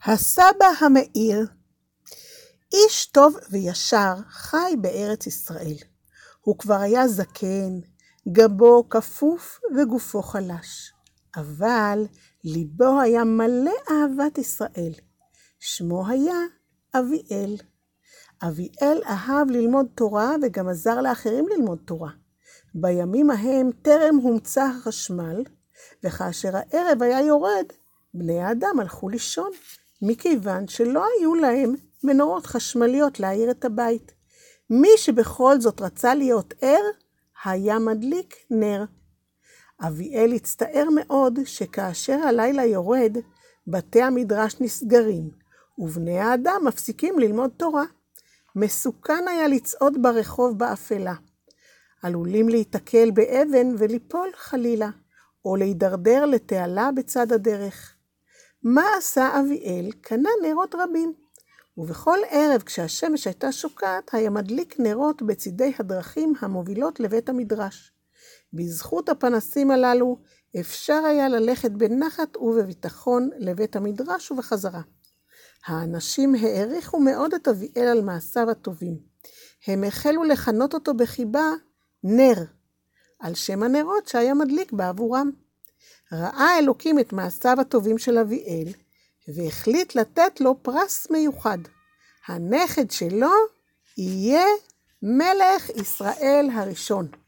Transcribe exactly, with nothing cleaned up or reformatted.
הסבא המאיר. איש טוב וישר חי בארץ ישראל. הוא כבר היה זקן, גבו כפוף וגופו חלש. אבל ליבו היה מלא אהבת ישראל. שמו היה אביאל. אביאל אהב ללמוד תורה וגם עזר לאחרים ללמוד תורה. בימים ההם טרם הומצא החשמל, וכאשר הערב היה יורד, בני האדם הלכו לישון, מכיוון שלא היו להם מנורות חשמליות להאיר את הבית. מי שבכל זאת רצה להיות ער, היה מדליק נר. אביאל הצטער מאוד שכאשר הלילה יורד, בתי המדרש נסגרים, ובני האדם מפסיקים ללמוד תורה. מסוכן היה לצעוד ברחוב באפלה. עלולים להתקל באבן וליפול חלילה, או להידרדר לתעלה בצד הדרך. מה עשה אביאל? קנה נרות רבים. ובכל ערב כשהשמש הייתה שוקעת, היה מדליק נרות בצידי הדרכים המובילות לבית המדרש. בזכות הפנסים הללו אפשר היה ללכת בנחת ובביטחון לבית המדרש ובחזרה. האנשים העריכו מאוד את אביאל על מעשיו הטובים. הם החלו לכנות אותו בחיבה נר, על שם הנרות שהיה מדליק בעבורם. ראה אלוקים את מעשיו הטובים של אביאל, והחליט לתת לו פרס מיוחד. הנכד שלו יהיה מלך ישראל הראשון.